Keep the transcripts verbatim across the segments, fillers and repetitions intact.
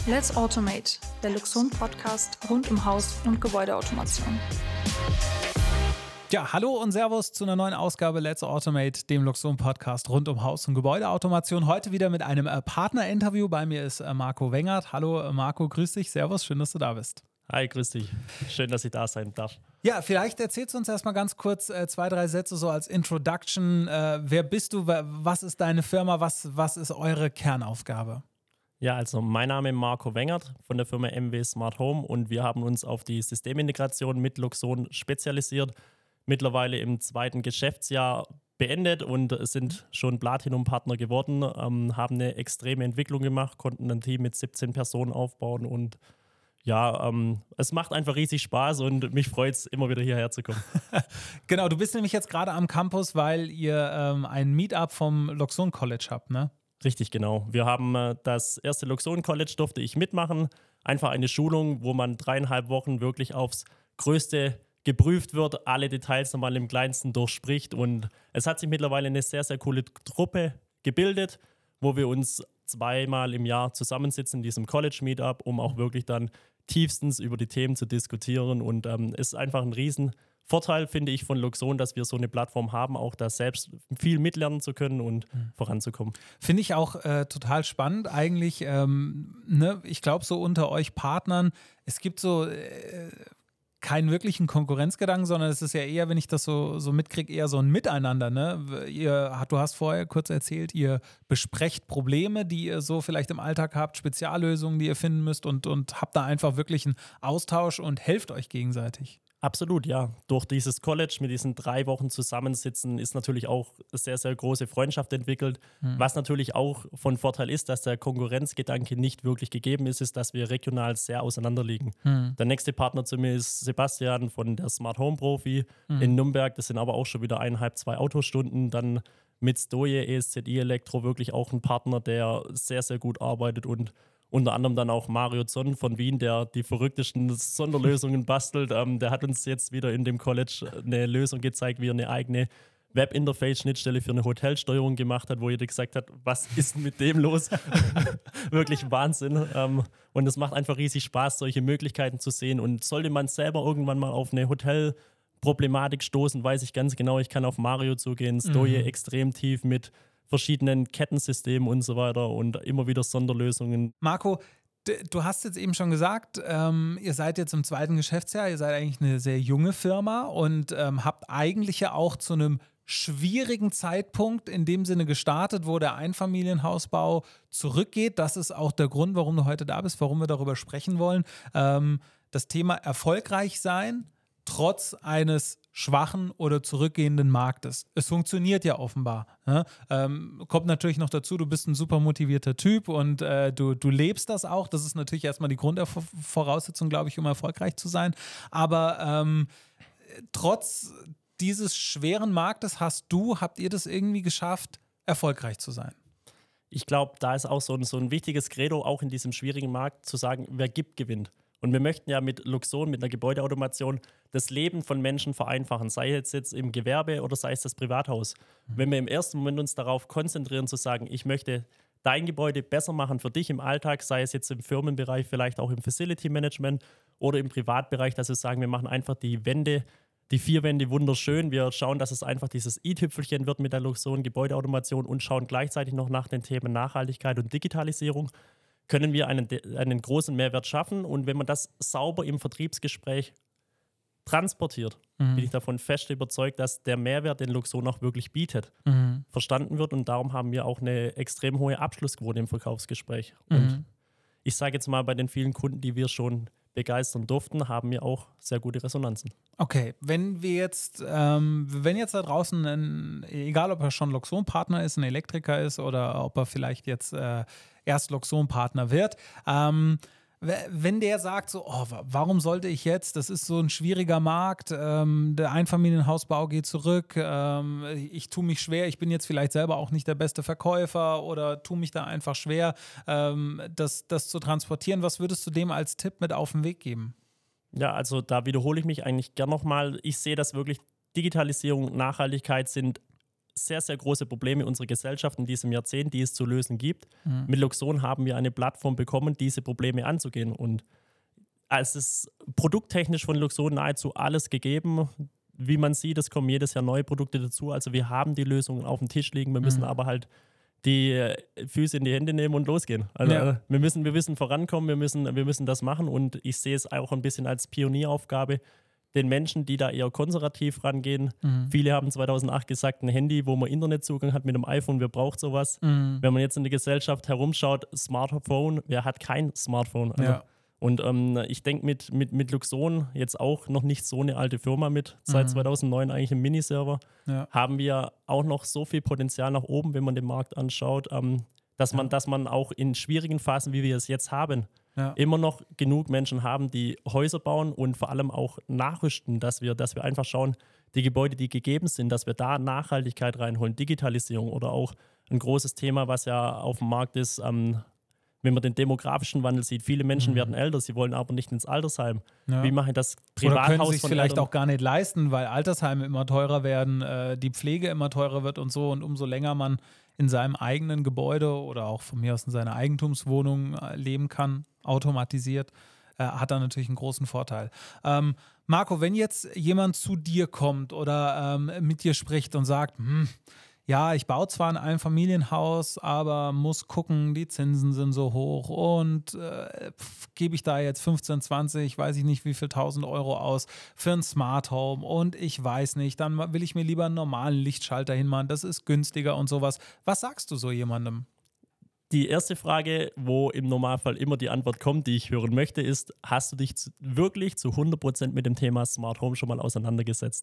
Let's Automate, der Luxon-Podcast rund um Haus- und Gebäudeautomation. Ja, hallo und Servus zu einer neuen Ausgabe Let's Automate, dem Luxon-Podcast rund um Haus- und Gebäudeautomation. Heute wieder mit einem äh, Partner-Interview. Bei mir ist äh, Marco Wengert. Hallo äh, Marco, grüß dich. Servus, schön, dass du da bist. Hi, grüß dich. Schön, dass ich da sein darf. Ja, vielleicht erzählst du uns erstmal ganz kurz äh, zwei, drei Sätze so als Introduction. Äh, wer bist du? Was ist deine Firma? Was, was ist eure Kernaufgabe? Ja, also mein Name ist Marco Wengert von der Firma M W Smart Home und wir haben uns auf die Systemintegration mit Luxon spezialisiert. Mittlerweile im zweiten Geschäftsjahr beendet und sind schon Platinum-Partner geworden, ähm, haben eine extreme Entwicklung gemacht, konnten ein Team mit siebzehn Personen aufbauen und ja, ähm, es macht einfach riesig Spaß und mich freut es, immer wieder hierher zu kommen. Genau, du bist nämlich jetzt gerade am Campus, weil ihr ähm, ein Meetup vom Luxon College habt, ne? Richtig, genau. Wir haben äh, das erste Luxon College, durfte ich mitmachen. Einfach eine Schulung, wo man dreieinhalb Wochen wirklich aufs Größte geprüft wird, alle Details nochmal im Kleinsten durchspricht. Und es hat sich mittlerweile eine sehr, sehr coole Truppe gebildet, wo wir uns zweimal im Jahr zusammensitzen in diesem College-Meetup, um auch wirklich dann tiefstens über die Themen zu diskutieren. Und es ähm, ist einfach ein Riesenvorteil, finde ich, von Luxon, dass wir so eine Plattform haben, auch da selbst viel mitlernen zu können und mhm. voranzukommen. Finde ich auch äh, total spannend eigentlich. Ähm, ne? Ich glaube, so unter euch Partnern, es gibt so äh, keinen wirklichen Konkurrenzgedanken, sondern es ist ja eher, wenn ich das so, so mitkriege, eher so ein Miteinander. Ne? Ihr, du hast vorher kurz erzählt, ihr besprecht Probleme, die ihr so vielleicht im Alltag habt, Speziallösungen, die ihr finden müsst und, und habt da einfach wirklich einen Austausch und helft euch gegenseitig. Absolut, ja. Durch dieses College mit diesen drei Wochen Zusammensitzen ist natürlich auch eine sehr, sehr große Freundschaft entwickelt. Hm. Was natürlich auch von Vorteil ist, dass der Konkurrenzgedanke nicht wirklich gegeben ist, ist, dass wir regional sehr auseinander liegen. Hm. Der nächste Partner zu mir ist Sebastian von der Smart Home Profi hm. in Nürnberg. Das sind aber auch schon wieder eineinhalb, zwei Autostunden. Dann mit Stoje, E S Z I Elektro, wirklich auch ein Partner, der sehr, sehr gut arbeitet und unter anderem dann auch Mario Zonn von Wien, der die verrücktesten Sonderlösungen bastelt. Ähm, der hat uns jetzt wieder in dem College eine Lösung gezeigt, wie er eine eigene Webinterface-Schnittstelle für eine Hotelsteuerung gemacht hat, wo jeder gesagt hat, was ist denn mit dem los? Wirklich Wahnsinn. Ähm, und es macht einfach riesig Spaß, solche Möglichkeiten zu sehen. Und sollte man selber irgendwann mal auf eine Hotelproblematik stoßen, weiß ich ganz genau, ich kann auf Mario zugehen, Stoje mhm. extrem tief mit verschiedenen Kettensystemen und so weiter und immer wieder Sonderlösungen. Marco, d- du hast jetzt eben schon gesagt, ähm, ihr seid jetzt im zweiten Geschäftsjahr, ihr seid eigentlich eine sehr junge Firma und ähm, habt eigentlich ja auch zu einem schwierigen Zeitpunkt in dem Sinne gestartet, wo der Einfamilienhausbau zurückgeht. Das ist auch der Grund, warum du heute da bist, warum wir darüber sprechen wollen. Ähm, das Thema erfolgreich sein, trotz eines schwachen oder zurückgehenden Marktes. Es funktioniert ja offenbar. Ne? Ähm, kommt natürlich noch dazu, du bist ein super motivierter Typ und äh, du, du lebst das auch. Das ist natürlich erstmal die Grundvoraussetzung, glaube ich, um erfolgreich zu sein. Aber ähm, trotz dieses schweren Marktes hast du, habt ihr das irgendwie geschafft, erfolgreich zu sein? Ich glaube, da ist auch so ein, so ein wichtiges Credo, auch in diesem schwierigen Markt zu sagen, wer gibt, gewinnt. Und wir möchten ja mit Luxon, mit einer Gebäudeautomation, das Leben von Menschen vereinfachen, sei es jetzt im Gewerbe oder sei es das Privathaus. Mhm. Wenn wir im ersten Moment uns darauf konzentrieren, zu sagen, ich möchte dein Gebäude besser machen für dich im Alltag, sei es jetzt im Firmenbereich, vielleicht auch im Facility Management oder im Privatbereich, dass wir sagen, wir machen einfach die Wände, die vier Wände wunderschön. Wir schauen, dass es einfach dieses i-Tüpfelchen wird mit der Luxon Gebäudeautomation und schauen gleichzeitig noch nach den Themen Nachhaltigkeit und Digitalisierung. Können wir einen, einen großen Mehrwert schaffen. Und wenn man das sauber im Vertriebsgespräch transportiert, mhm. bin ich davon fest überzeugt, dass der Mehrwert, den Luxon auch wirklich bietet, mhm. verstanden wird. Und darum haben wir auch eine extrem hohe Abschlussquote im Verkaufsgespräch. Mhm. Und ich sage jetzt mal, bei den vielen Kunden, die wir schon begeistern durften, haben wir auch sehr gute Resonanzen. Okay, wenn wir jetzt, ähm, wenn jetzt da draußen, ein, egal ob er schon Luxon-Partner ist, ein Elektriker ist oder ob er vielleicht jetzt äh, erst Luxon-Partner wird, ähm, wenn der sagt so, oh, warum sollte ich jetzt, das ist so ein schwieriger Markt, ähm, der Einfamilienhausbau geht zurück, ähm, ich tue mich schwer, ich bin jetzt vielleicht selber auch nicht der beste Verkäufer oder tue mich da einfach schwer, ähm, das, das zu transportieren. Was würdest du dem als Tipp mit auf den Weg geben? Ja, also da wiederhole ich mich eigentlich gern nochmal. Ich sehe, dass wirklich Digitalisierung und Nachhaltigkeit sind sehr, sehr große Probleme unserer Gesellschaft in diesem Jahrzehnt, die es zu lösen gibt. Mhm. Mit Luxon haben wir eine Plattform bekommen, diese Probleme anzugehen. Und es ist produkttechnisch von Luxon nahezu alles gegeben. Wie man sieht, es kommen jedes Jahr neue Produkte dazu. Also wir haben die Lösungen auf dem Tisch liegen. Wir müssen Mhm. aber halt die Füße in die Hände nehmen und losgehen. Also Ja. wir müssen, wir müssen vorankommen, wir müssen, wir müssen das machen. Und ich sehe es auch ein bisschen als Pionieraufgabe, den Menschen, die da eher konservativ rangehen. Mhm. Viele haben zweitausendacht gesagt, ein Handy, wo man Internetzugang hat mit einem iPhone, wer braucht sowas? Mhm. Wenn man jetzt in der Gesellschaft herumschaut, Smartphone, wer hat kein Smartphone? Also, Ja. Und ähm, ich denke mit, mit, mit Luxon, jetzt auch noch nicht so eine alte Firma mit, seit Mhm. zweitausendneun eigentlich im Miniserver, Ja. haben wir auch noch so viel Potenzial nach oben, wenn man den Markt anschaut, ähm, dass, man, Ja. dass man auch in schwierigen Phasen, wie wir es jetzt haben, Ja. immer noch genug Menschen haben, die Häuser bauen und vor allem auch nachrüsten, dass wir, dass wir einfach schauen, die Gebäude, die gegeben sind, dass wir da Nachhaltigkeit reinholen, Digitalisierung oder auch ein großes Thema, was ja auf dem Markt ist, ähm, wenn man den demografischen Wandel sieht. Viele Menschen Mhm. werden älter, sie wollen aber nicht ins Altersheim. Ja. Wie mache ich das Oder können Privathaus sich von vielleicht Eltern? auch gar nicht leisten, weil Altersheime immer teurer werden, äh, die Pflege immer teurer wird und so. Und umso länger man in seinem eigenen Gebäude oder auch von mir aus in seiner Eigentumswohnung äh, leben kann, automatisiert, äh, hat er natürlich einen großen Vorteil. Ähm, Marco, wenn jetzt jemand zu dir kommt oder ähm, mit dir spricht und sagt, hm, ja, ich baue zwar ein Einfamilienhaus, aber muss gucken, die Zinsen sind so hoch und äh, pf, gebe ich da jetzt fünfzehn, zwanzig, weiß ich nicht wie viel tausend Euro aus für ein Smart Home und ich weiß nicht, dann will ich mir lieber einen normalen Lichtschalter hinmachen, das ist günstiger und sowas. Was sagst du so jemandem? Die erste Frage, wo im Normalfall immer die Antwort kommt, die ich hören möchte, ist, hast du dich zu, wirklich zu hundert Prozent mit dem Thema Smart Home schon mal auseinandergesetzt?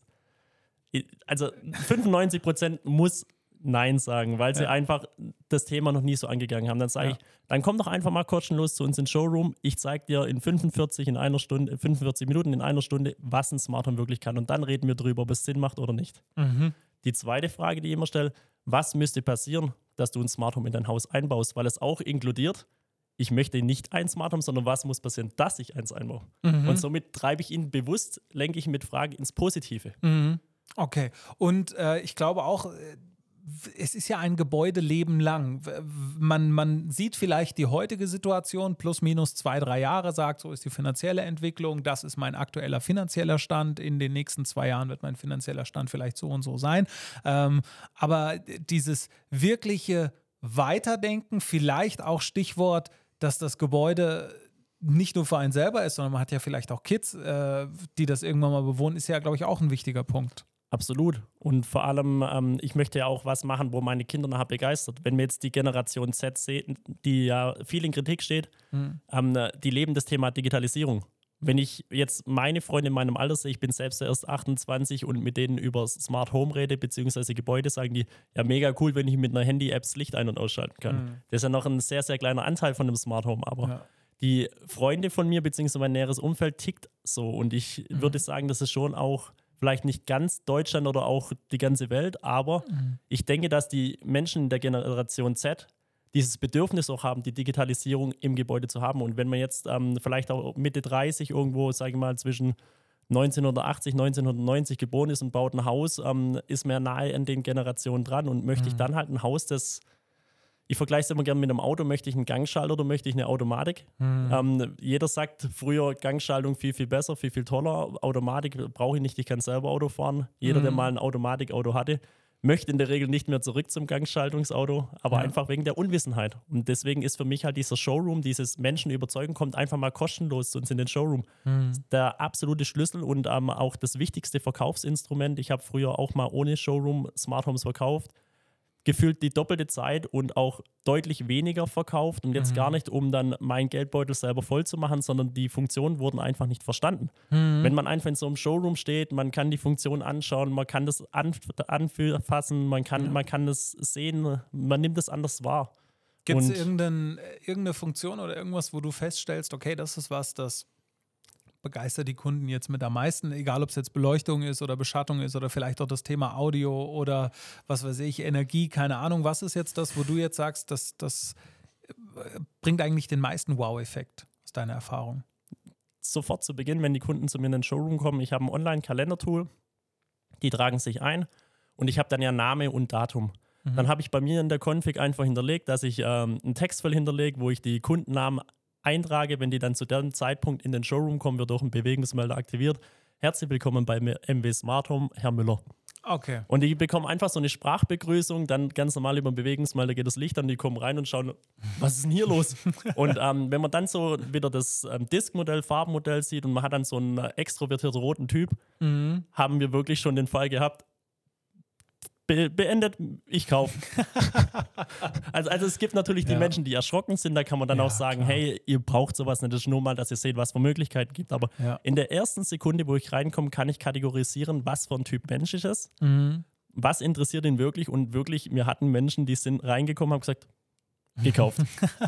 I- Also fünfundneunzig Prozent muss Nein sagen, weil sie Ja. einfach das Thema noch nie so angegangen haben. Dann sage Ja. ich, dann komm doch einfach mal kostenlos zu uns ins Showroom. Ich zeige dir in fünfundvierzig, in einer Stunde, fünfundvierzig Minuten, in einer Stunde, was ein Smart Home wirklich kann. Und dann reden wir drüber, ob es Sinn macht oder nicht. Mhm. Die zweite Frage, die ich immer stelle, was müsste passieren, dass du ein Smart Home in dein Haus einbaust? Weil es auch inkludiert, ich möchte nicht ein Smart Home, sondern was muss passieren, dass ich eins einbaue? Mhm. Und somit treibe ich ihn bewusst, lenke ich mit Fragen ins Positive. Mhm. Okay. Und äh, ich glaube auch, äh, es ist ja ein Gebäudeleben lang. W- Man, man sieht vielleicht die heutige Situation, plus minus zwei, drei Jahre, sagt, so ist die finanzielle Entwicklung, das ist mein aktueller finanzieller Stand. In den nächsten zwei Jahren wird mein finanzieller Stand vielleicht so und so sein. Ähm, aber dieses wirkliche Weiterdenken, vielleicht auch Stichwort, dass das Gebäude nicht nur für einen selber ist, sondern man hat ja vielleicht auch Kids, äh, die das irgendwann mal bewohnen, ist ja, glaube ich, auch ein wichtiger Punkt. Absolut. Und vor allem, ähm, ich möchte ja auch was machen, wo meine Kinder nachher begeistert. Wenn wir jetzt die Generation Z sehen, die ja viel in Kritik steht, Mhm. ähm, die leben das Thema Digitalisierung. Wenn ich jetzt meine Freunde in meinem Alter sehe, ich bin selbst erst achtundzwanzig und mit denen über Smart Home rede, beziehungsweise Gebäude, sagen die, ja mega cool, wenn ich mit einer Handy-App das Licht ein- und ausschalten kann. Mhm. Das ist ja noch ein sehr, sehr kleiner Anteil von dem Smart Home, aber Ja. die Freunde von mir, beziehungsweise mein näheres Umfeld tickt so und ich Mhm. würde sagen, das ist schon auch vielleicht nicht ganz Deutschland oder auch die ganze Welt, aber Mhm. ich denke, dass die Menschen in der Generation Z dieses Bedürfnis auch haben, die Digitalisierung im Gebäude zu haben. Und wenn man jetzt ähm, vielleicht auch Mitte dreißig irgendwo, sage ich mal, zwischen neunzehnhundertachtzig, neunzehnhundertneunzig geboren ist und baut ein Haus, ähm, ist mehr nahe an den Generationen dran und möchte ich Mhm. dann halt ein Haus, das, ich vergleiche es immer gerne mit einem Auto, möchte ich einen Gangschalter oder möchte ich eine Automatik? Mhm. Ähm, jeder sagt früher Gangschaltung viel, viel besser, viel, viel toller. Automatik brauche ich nicht, ich kann selber Auto fahren. Jeder, Mhm. der mal ein Automatikauto hatte, möchte in der Regel nicht mehr zurück zum Gangschaltungsauto, aber Ja. einfach wegen der Unwissenheit. Und deswegen ist für mich halt dieser Showroom, dieses Menschen überzeugen, kommt einfach mal kostenlos zu uns in den Showroom. Mhm. Der absolute Schlüssel und ähm, auch das wichtigste Verkaufsinstrument. Ich habe früher auch mal ohne Showroom Smart Homes verkauft. Gefühlt die doppelte Zeit und auch deutlich weniger verkauft und jetzt Mhm. gar nicht, um dann meinen Geldbeutel selber voll zu machen, sondern die Funktionen wurden einfach nicht verstanden. Mhm. Wenn man einfach in so einem Showroom steht, man kann die Funktion anschauen, man kann das anf anfassen, man kann, Ja. man kann es sehen, man nimmt es anders wahr. Gibt es Und- irgendein, irgendeine Funktion oder irgendwas, wo du feststellst, okay, das ist was, das begeistert die Kunden jetzt mit am meisten, egal ob es jetzt Beleuchtung ist oder Beschattung ist oder vielleicht auch das Thema Audio oder was weiß ich, Energie, keine Ahnung. Was ist jetzt das, wo du jetzt sagst, das, das äh, bringt eigentlich den meisten Wow-Effekt aus deiner Erfahrung? Sofort zu Beginn, wenn die Kunden zu mir in den Showroom kommen, ich habe ein Online-Kalender-Tool, die tragen sich ein und ich habe dann ja Name und Datum. Mhm. Dann habe ich bei mir in der Config einfach hinterlegt, dass ich ähm, ein Textfeld hinterlege, wo ich die Kundennamen eintrage. Wenn die dann zu dem Zeitpunkt in den Showroom kommen, wird durch einen Bewegungsmelder aktiviert. Herzlich willkommen bei M W Smart Home, Herr Müller. Okay. Und die bekommen einfach so eine Sprachbegrüßung, dann ganz normal über den Bewegungsmelder geht das Licht an, die kommen rein und schauen, was ist denn hier los? Und ähm, wenn man dann so wieder das ähm, Diskmodell, Farbenmodell sieht und man hat dann so einen extrovertierten roten Typ, mhm. haben wir wirklich schon den Fall gehabt, Be- beendet, ich kaufe. also, also es gibt natürlich die ja. Menschen, die erschrocken sind, da kann man dann ja, auch sagen, klar. Hey, ihr braucht sowas nicht, das ist nur mal, dass ihr seht, was für Möglichkeiten gibt. Aber ja. in der ersten Sekunde, wo ich reinkomme, kann ich kategorisieren, was für ein Typ Mensch ist es, mhm. was interessiert ihn wirklich und wirklich, wir hatten Menschen, die sind reingekommen, haben gesagt, gekauft.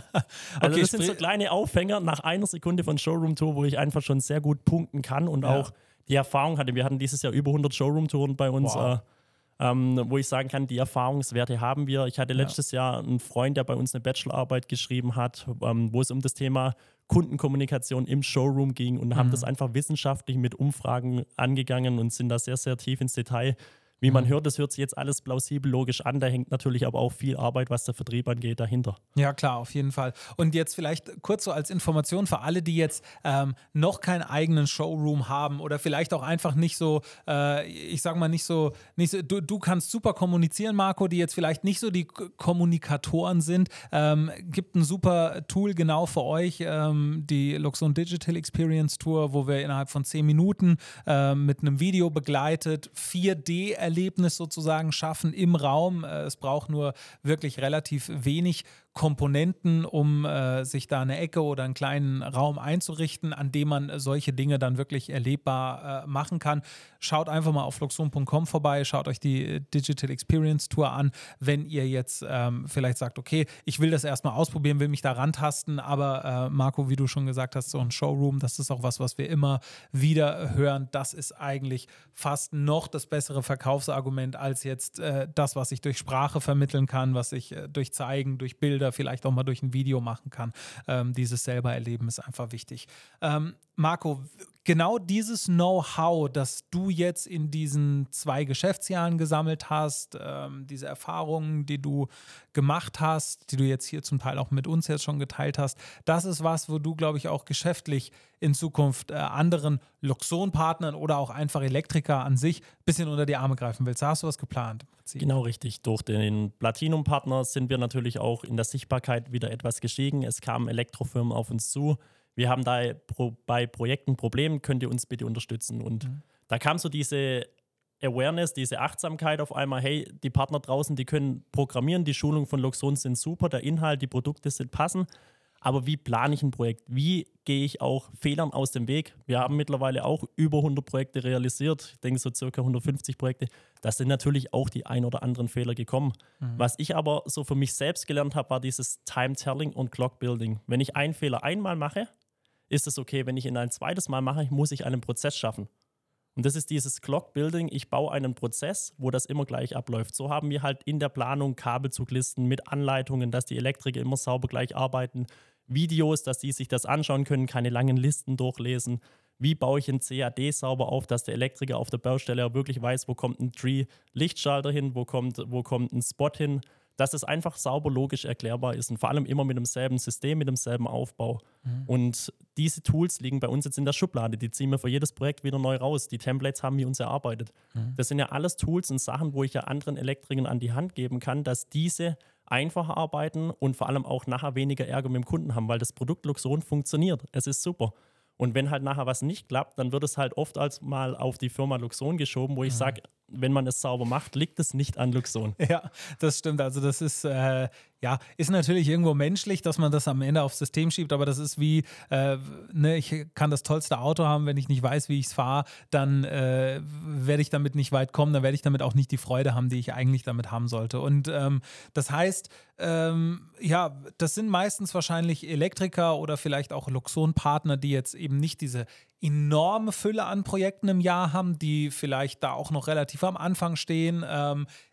Also okay, das sind so kleine Aufhänger nach einer Sekunde von Showroom-Tour, wo ich einfach schon sehr gut punkten kann und ja. auch die Erfahrung hatte. Wir hatten dieses Jahr über hundert Showroom-Touren bei uns, wow. äh, Ähm, wo ich sagen kann, die Erfahrungswerte haben wir. Ich hatte letztes ja. Jahr einen Freund, der bei uns eine Bachelorarbeit geschrieben hat, ähm, wo es um das Thema Kundenkommunikation im Showroom ging und mhm. haben das einfach wissenschaftlich mit Umfragen angegangen und sind da sehr, sehr tief ins Detail. Wie man hört, das hört sich jetzt alles plausibel, logisch an. Da hängt natürlich aber auch viel Arbeit, was der Vertrieb angeht, dahinter. Ja, klar, auf jeden Fall. Und jetzt vielleicht kurz so als Information für alle, die jetzt ähm, noch keinen eigenen Showroom haben oder vielleicht auch einfach nicht so, äh, ich sag mal nicht so, nicht so du, du kannst super kommunizieren, Marco, die jetzt vielleicht nicht so die K- Kommunikatoren sind. Ähm, gibt ein super Tool genau für euch, ähm, die Luxon Digital Experience Tour, wo wir innerhalb von zehn Minuten äh, mit einem Video begleitet vier D Erlebnis sozusagen schaffen im Raum. Es braucht nur wirklich relativ wenig Komponenten, um äh, sich da eine Ecke oder einen kleinen Raum einzurichten, an dem man solche Dinge dann wirklich erlebbar äh, machen kann. Schaut einfach mal auf luxon punkt com vorbei, schaut euch die Digital Experience Tour an, wenn ihr jetzt ähm, vielleicht sagt, okay, ich will das erstmal ausprobieren, will mich da rantasten, aber äh, Marco, wie du schon gesagt hast, so ein Showroom, das ist auch was, was wir immer wieder hören, das ist eigentlich fast noch das bessere Verkaufsargument als jetzt äh, das, was ich durch Sprache vermitteln kann, was ich äh, durch Zeigen, durch Bilder, vielleicht auch mal durch ein Video machen kann. Ähm, dieses selber erleben ist einfach wichtig. Ähm, Marco, genau dieses Know-how, das du jetzt in diesen zwei Geschäftsjahren gesammelt hast, ähm, diese Erfahrungen, die du gemacht hast, die du jetzt hier zum Teil auch mit uns jetzt schon geteilt hast, das ist was, wo du, glaube ich, auch geschäftlich in Zukunft äh, anderen Luxon-Partnern oder auch einfach Elektriker an sich ein bisschen unter die Arme greifen willst. Da hast du was geplant? Genau richtig. Durch den Platinum-Partner sind wir natürlich auch in der Sichtbarkeit wieder etwas gestiegen. Es kamen Elektrofirmen auf uns zu. Wir haben da pro, bei Projekten Probleme, könnt ihr uns bitte unterstützen? Und mhm. da kam so diese Awareness, diese Achtsamkeit auf einmal, hey, die Partner draußen, die können programmieren, die Schulungen von Luxon sind super, der Inhalt, die Produkte sind passen, aber wie plane ich ein Projekt? Wie gehe ich auch Fehlern aus dem Weg? Wir haben mittlerweile auch über hundert Projekte realisiert, ich denke so circa hundertfünfzig Projekte. Da sind natürlich auch die ein oder anderen Fehler gekommen. Mhm. Was ich aber so für mich selbst gelernt habe, war dieses Time-Telling und Clock-Building. Wenn ich einen Fehler einmal mache, ist es okay. Wenn ich ihn ein zweites Mal mache, muss ich einen Prozess schaffen. Und das ist dieses Clock-Building. Ich baue einen Prozess, wo das immer gleich abläuft. So haben wir halt in der Planung Kabelzuglisten mit Anleitungen, dass die Elektriker immer sauber gleich arbeiten. Videos, dass die sich das anschauen können, keine langen Listen durchlesen. Wie baue ich ein C A D sauber auf, dass der Elektriker auf der Baustelle auch wirklich weiß, wo kommt ein Tree-Lichtschalter hin, wo kommt, wo kommt ein Spot hin. Dass es einfach sauber, logisch erklärbar ist und vor allem immer mit demselben System, mit demselben Aufbau. Mhm. Und diese Tools liegen bei uns jetzt in der Schublade. Die ziehen wir für jedes Projekt wieder neu raus. Die Templates haben wir uns erarbeitet. Mhm. Das sind ja alles Tools und Sachen, wo ich ja anderen Elektrikern an die Hand geben kann, dass diese einfacher arbeiten und vor allem auch nachher weniger Ärger mit dem Kunden haben, weil das Produkt Luxon funktioniert. Es ist super. Und wenn halt nachher was nicht klappt, dann wird es halt oft als mal auf die Firma Luxon geschoben, wo ich mhm. sage, wenn man es sauber macht, liegt es nicht an Luxon. Ja, das stimmt. Also das ist, äh, ja, ist natürlich irgendwo menschlich, dass man das am Ende aufs System schiebt, aber das ist wie, äh, ne, ich kann das tollste Auto haben, wenn ich nicht weiß, wie ich es fahre, dann äh, werde ich damit nicht weit kommen, dann werde ich damit auch nicht die Freude haben, die ich eigentlich damit haben sollte. Und ähm, das heißt, ähm, ja, das sind meistens wahrscheinlich Elektriker oder vielleicht auch Luxon-Partner, die jetzt eben nicht diese enorme Fülle an Projekten im Jahr haben, die vielleicht da auch noch relativ am Anfang stehen. Ähm,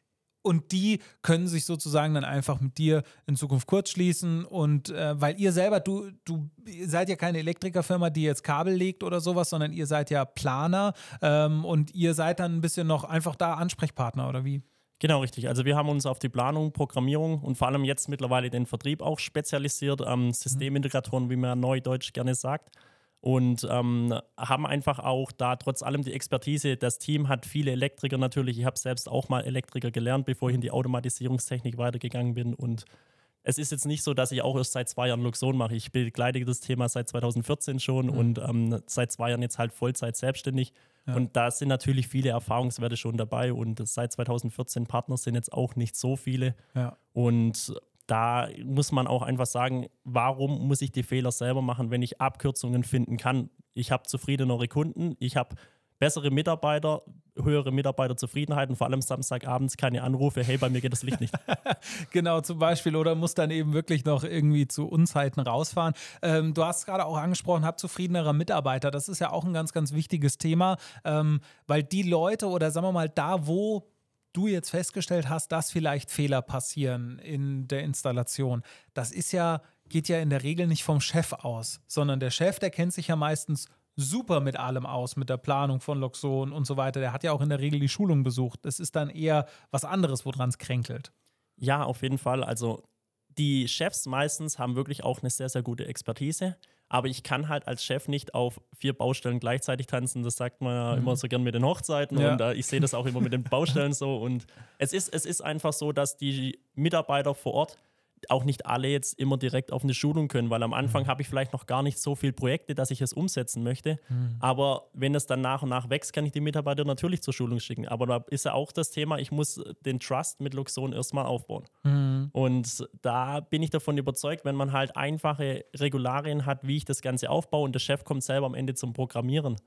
Und die können sich sozusagen dann einfach mit dir in Zukunft kurzschließen und äh, weil ihr selber, du, du ihr seid ja keine Elektrikerfirma, die jetzt Kabel legt oder sowas, sondern ihr seid ja Planer ähm, und ihr seid dann ein bisschen noch einfach da Ansprechpartner oder wie? Genau, richtig. Also wir haben uns auf die Planung, Programmierung und vor allem jetzt mittlerweile den Vertrieb auch spezialisiert, ähm, Systemintegratoren, wie man neudeutsch gerne sagt. Und ähm, haben einfach auch da trotz allem die Expertise. Das Team hat viele Elektriker natürlich. Ich habe selbst auch mal Elektriker gelernt, bevor ich in die Automatisierungstechnik weitergegangen bin. Und es ist jetzt nicht so, dass ich auch erst seit zwei Jahren Luxon mache. Ich begleite das Thema seit zweitausendvierzehn schon mhm. und ähm, seit zwei Jahren jetzt halt Vollzeit selbstständig. Ja. Und da sind natürlich viele Erfahrungswerte schon dabei. Und seit zweitausendvierzehn Partner sind jetzt auch nicht so viele. Ja. Und da muss man auch einfach sagen, warum muss ich die Fehler selber machen, wenn ich Abkürzungen finden kann? Ich habe zufriedenere Kunden, ich habe bessere Mitarbeiter, höhere Mitarbeiterzufriedenheit und vor allem Samstagabends keine Anrufe, hey, bei mir geht das Licht nicht. Genau, zum Beispiel. Oder muss dann eben wirklich noch irgendwie zu Unzeiten rausfahren. Ähm, du hast gerade auch angesprochen, hab zufriedenere Mitarbeiter. Das ist ja auch ein ganz, ganz wichtiges Thema, ähm, weil die Leute oder sagen wir mal da, wo du jetzt festgestellt hast, dass vielleicht Fehler passieren in der Installation, das ist ja, geht ja in der Regel nicht vom Chef aus, sondern der Chef, der kennt sich ja meistens super mit allem aus, mit der Planung von Luxon und so weiter. Der hat ja auch in der Regel die Schulung besucht. Es ist dann eher was anderes, woran es kränkelt. Ja, auf jeden Fall. Also die Chefs meistens haben wirklich auch eine sehr, sehr gute Expertise. Aber ich kann halt als Chef nicht auf vier Baustellen gleichzeitig tanzen. Das sagt man ja mhm. immer so gern mit den Hochzeiten. Ja. Und äh, ich sehe das auch immer mit den Baustellen so. Und es ist, es ist einfach so, dass die Mitarbeiter vor Ort auch nicht alle jetzt immer direkt auf eine Schulung können, weil am Anfang mhm. habe ich vielleicht noch gar nicht so viele Projekte, dass ich es umsetzen möchte. Mhm. Aber wenn es dann nach und nach wächst, kann ich die Mitarbeiter natürlich zur Schulung schicken. Aber da ist ja auch das Thema, ich muss den Trust mit Luxon erstmal aufbauen. Mhm. Und da bin ich davon überzeugt, wenn man halt einfache Regularien hat, wie ich das Ganze aufbaue und der Chef kommt selber am Ende zum Programmieren,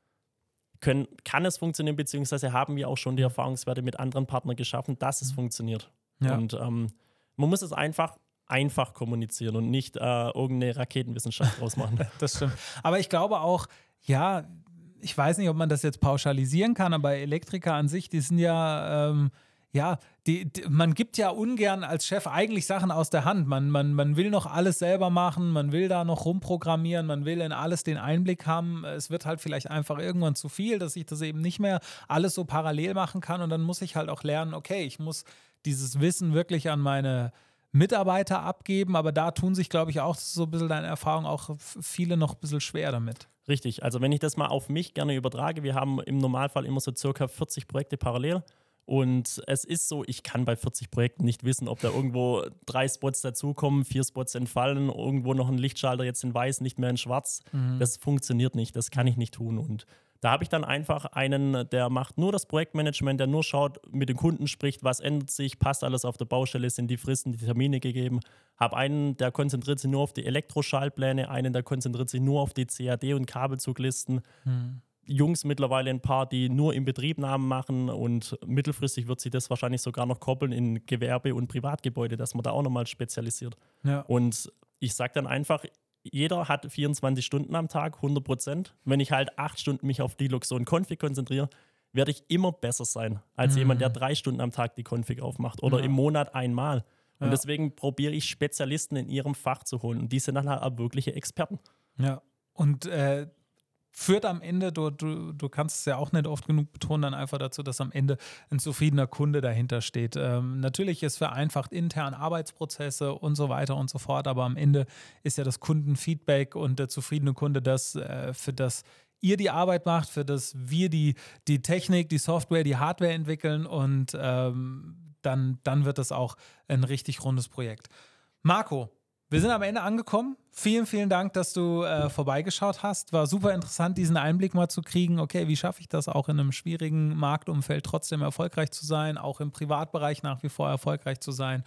können, kann es funktionieren, beziehungsweise haben wir auch schon die Erfahrungswerte mit anderen Partnern geschaffen, dass es funktioniert. Ja. Und ähm, man muss es einfach einfach kommunizieren und nicht äh, irgendeine Raketenwissenschaft draus machen. Das stimmt. Aber ich glaube auch, ja, ich weiß nicht, ob man das jetzt pauschalisieren kann, aber Elektriker an sich, die sind ja, ähm, ja, die, die, man gibt ja ungern als Chef eigentlich Sachen aus der Hand. Man, man, man will noch alles selber machen, man will da noch rumprogrammieren, man will in alles den Einblick haben. Es wird halt vielleicht einfach irgendwann zu viel, dass ich das eben nicht mehr alles so parallel machen kann und dann muss ich halt auch lernen, okay, ich muss dieses Wissen wirklich an meine Mitarbeiter abgeben, aber da tun sich, glaube ich, auch, das ist so ein bisschen deine Erfahrung, auch viele noch ein bisschen schwer damit. Richtig, also wenn ich das mal auf mich gerne übertrage, wir haben im Normalfall immer so circa vierzig Projekte parallel und es ist so, ich kann bei vierzig Projekten nicht wissen, ob da irgendwo drei Spots dazukommen, vier Spots entfallen, irgendwo noch ein Lichtschalter jetzt in weiß, nicht mehr in schwarz. Mhm. Das funktioniert nicht, das kann ich nicht tun und da habe ich dann einfach einen, der macht nur das Projektmanagement, der nur schaut, mit den Kunden spricht, was ändert sich, passt alles auf der Baustelle, sind die Fristen, die Termine gegeben. Habe einen, der konzentriert sich nur auf die Elektroschaltpläne, einen, der konzentriert sich nur auf die C A D- und Kabelzuglisten. Hm. Jungs mittlerweile ein paar, die nur Inbetriebnahmen machen und mittelfristig wird sich das wahrscheinlich sogar noch koppeln in Gewerbe- und Privatgebäude, dass man da auch nochmal spezialisiert. Ja. Und ich sage dann einfach, jeder hat vierundzwanzig Stunden am Tag, hundert Prozent. Wenn ich halt acht Stunden mich auf die Luxon-Config konzentriere, werde ich immer besser sein als mhm. jemand, der drei Stunden am Tag die Config aufmacht oder ja. im Monat einmal. Und ja. deswegen probiere ich Spezialisten in ihrem Fach zu holen. Und die sind dann halt auch wirkliche Experten. Ja, und äh, führt am Ende, du, du, du kannst es ja auch nicht oft genug betonen, dann einfach dazu, dass am Ende ein zufriedener Kunde dahinter steht. Ähm, natürlich ist vereinfacht intern Arbeitsprozesse und so weiter und so fort, aber am Ende ist ja das Kundenfeedback und der zufriedene Kunde das, äh, für das ihr die Arbeit macht, für das wir die, die Technik, die Software, die Hardware entwickeln und ähm, dann, dann wird das auch ein richtig rundes Projekt. Marco, wir sind am Ende angekommen. Vielen, vielen Dank, dass du äh, vorbeigeschaut hast. War super interessant, diesen Einblick mal zu kriegen. Okay, wie schaffe ich das auch in einem schwierigen Marktumfeld trotzdem erfolgreich zu sein, auch im Privatbereich nach wie vor erfolgreich zu sein.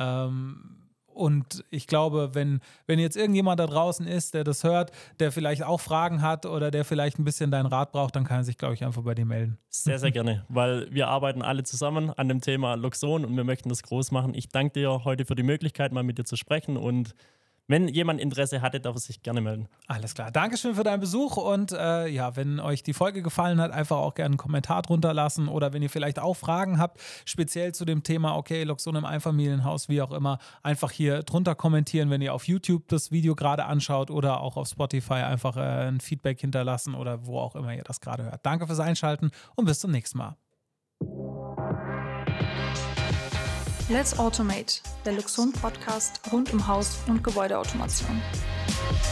Ähm, und ich glaube, wenn, wenn jetzt irgendjemand da draußen ist, der das hört, der vielleicht auch Fragen hat oder der vielleicht ein bisschen deinen Rat braucht, dann kann er sich, glaube ich, einfach bei dir melden. Sehr, sehr gerne, weil wir arbeiten alle zusammen an dem Thema Luxon und wir möchten das groß machen. Ich danke dir heute für die Möglichkeit, mal mit dir zu sprechen und wenn jemand Interesse hatte, darf er sich gerne melden. Alles klar. Dankeschön für deinen Besuch und äh, ja, wenn euch die Folge gefallen hat, einfach auch gerne einen Kommentar drunter lassen oder wenn ihr vielleicht auch Fragen habt, speziell zu dem Thema, okay, Luxon im Einfamilienhaus, wie auch immer, einfach hier drunter kommentieren, wenn ihr auf YouTube das Video gerade anschaut oder auch auf Spotify einfach äh, ein Feedback hinterlassen oder wo auch immer ihr das gerade hört. Danke fürs Einschalten und bis zum nächsten Mal. Let's Automate, der Luxon Podcast rund um Haus- und Gebäudeautomation.